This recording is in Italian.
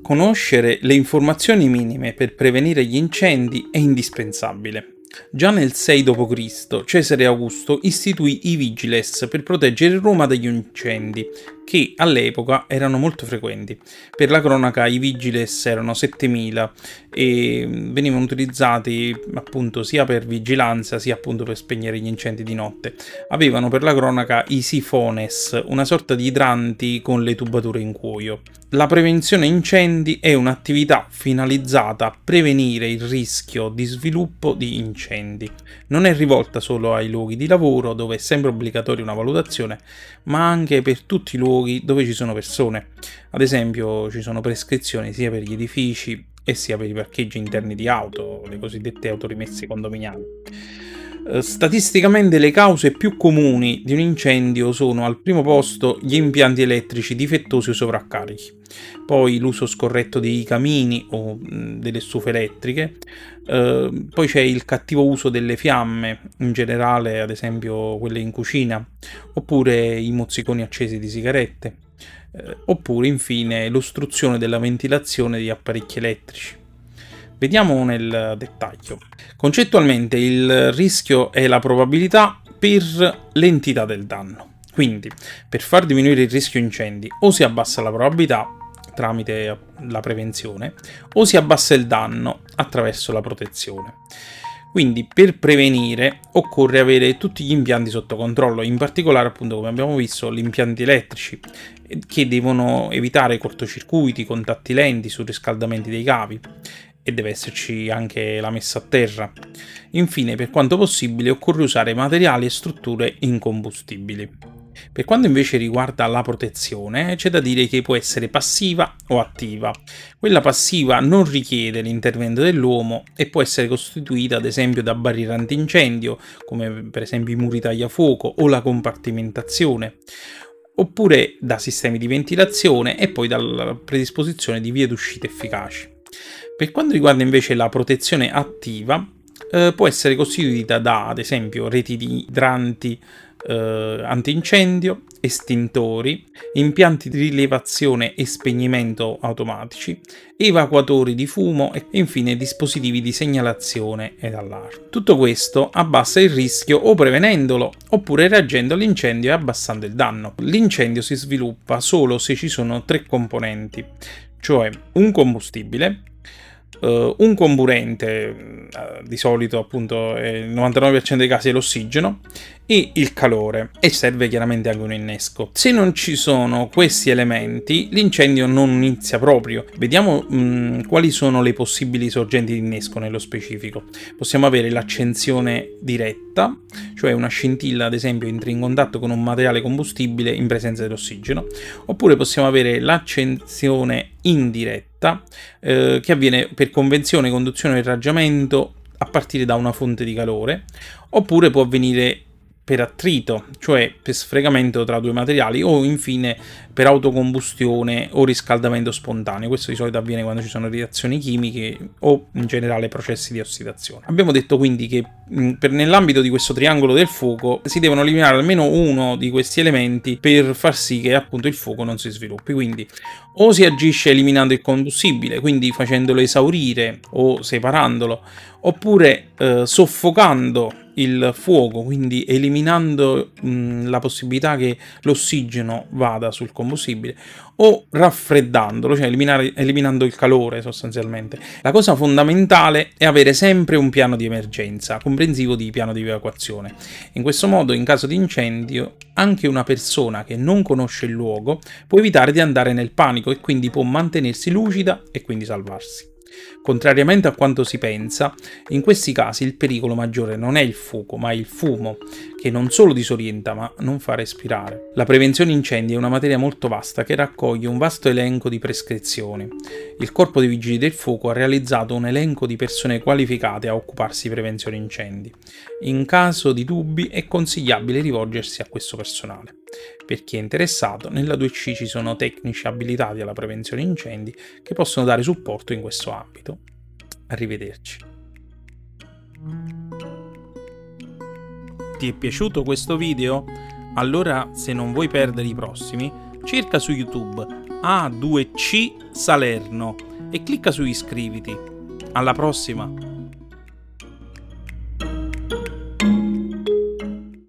Conoscere le informazioni minime per prevenire gli incendi è indispensabile. Già nel 6 d.C. Cesare Augusto istituì i vigiles per proteggere Roma dagli incendi, che all'epoca erano molto frequenti. Per la cronaca i vigiles erano 7000 e venivano utilizzati appunto sia per vigilanza sia appunto per spegnere gli incendi di notte. Avevano per la cronaca i sifones, una sorta di idranti con le tubature in cuoio. La prevenzione incendi è un'attività finalizzata a prevenire il rischio di sviluppo di incendi. Non è rivolta solo ai luoghi di lavoro, dove è sempre obbligatoria una valutazione, ma anche per tutti i luoghi dove ci sono persone. Ad esempio, ci sono prescrizioni sia per gli edifici e sia per i parcheggi interni di auto, le cosiddette autorimesse condominiali. Statisticamente le cause più comuni di un incendio sono al primo posto gli impianti elettrici difettosi o sovraccarichi, poi l'uso scorretto dei camini o delle stufe elettriche, poi c'è il cattivo uso delle fiamme, in generale ad esempio quelle in cucina, oppure i mozziconi accesi di sigarette, oppure infine l'ostruzione della ventilazione di apparecchi elettrici. Vediamo nel dettaglio. Concettualmente il rischio è la probabilità per l'entità del danno. Quindi, per far diminuire il rischio incendi, o si abbassa la probabilità tramite la prevenzione, o si abbassa il danno attraverso la protezione. Quindi, per prevenire occorre avere tutti gli impianti sotto controllo, in particolare, appunto, come abbiamo visto, gli impianti elettrici, che devono evitare cortocircuiti, contatti lenti, surriscaldamenti dei cavi. E deve esserci anche la messa a terra. Infine, per quanto possibile, occorre usare materiali e strutture incombustibili. Per quanto invece riguarda la protezione, c'è da dire che può essere passiva o attiva. Quella passiva non richiede l'intervento dell'uomo e può essere costituita ad esempio da barriere antincendio, come per esempio i muri tagliafuoco o la compartimentazione, oppure da sistemi di ventilazione e poi dalla predisposizione di vie d'uscita efficaci. Per quanto riguarda invece la protezione attiva, può essere costituita da, ad esempio, reti di idranti antincendio, estintori, impianti di rilevazione e spegnimento automatici, evacuatori di fumo e infine dispositivi di segnalazione ed allarme. Tutto questo abbassa il rischio o prevenendolo oppure reagendo all'incendio e abbassando il danno. L'incendio si sviluppa solo se ci sono tre componenti, cioè un combustibile, un comburente, di solito appunto il 99% dei casi è l'ossigeno, e il calore, e serve chiaramente anche un innesco. Se non ci sono questi elementi, l'incendio non inizia proprio. Vediamo quali sono le possibili sorgenti di innesco nello specifico. Possiamo avere l'accensione diretta, cioè una scintilla ad esempio entra in contatto con un materiale combustibile in presenza dell'ossigeno, oppure possiamo avere l'accensione indiretta, che avviene per convenzione, conduzione e irraggiamento a partire da una fonte di calore, oppure può avvenire per attrito, cioè per sfregamento tra due materiali, o infine per autocombustione o riscaldamento spontaneo. Questo di solito avviene quando ci sono reazioni chimiche o in generale processi di ossidazione. Abbiamo detto quindi che nell'ambito di questo triangolo del fuoco si devono eliminare almeno uno di questi elementi per far sì che appunto il fuoco non si sviluppi. Quindi o si agisce eliminando il combustibile, quindi facendolo esaurire o separandolo, oppure soffocando il fuoco, quindi eliminando la possibilità che l'ossigeno vada sul combustibile, o raffreddandolo, cioè eliminando il calore sostanzialmente. La cosa fondamentale è avere sempre un piano di emergenza, comprensivo di piano di evacuazione. In questo modo, in caso di incendio, anche una persona che non conosce il luogo può evitare di andare nel panico e quindi può mantenersi lucida e quindi salvarsi. Contrariamente a quanto si pensa, in questi casi il pericolo maggiore non è il fuoco, ma il fumo, che non solo disorienta, ma non fa respirare. La prevenzione incendi è una materia molto vasta che raccoglie un vasto elenco di prescrizioni. Il Corpo dei Vigili del Fuoco ha realizzato un elenco di persone qualificate a occuparsi di prevenzione incendi. In caso di dubbi è consigliabile rivolgersi a questo personale. Per chi è interessato, nella 2C ci sono tecnici abilitati alla prevenzione incendi che possono dare supporto in questo ambito. Arrivederci. Ti è piaciuto questo video? Allora, se non vuoi perdere i prossimi, cerca su YouTube A2C Salerno e clicca su iscriviti. Alla prossima!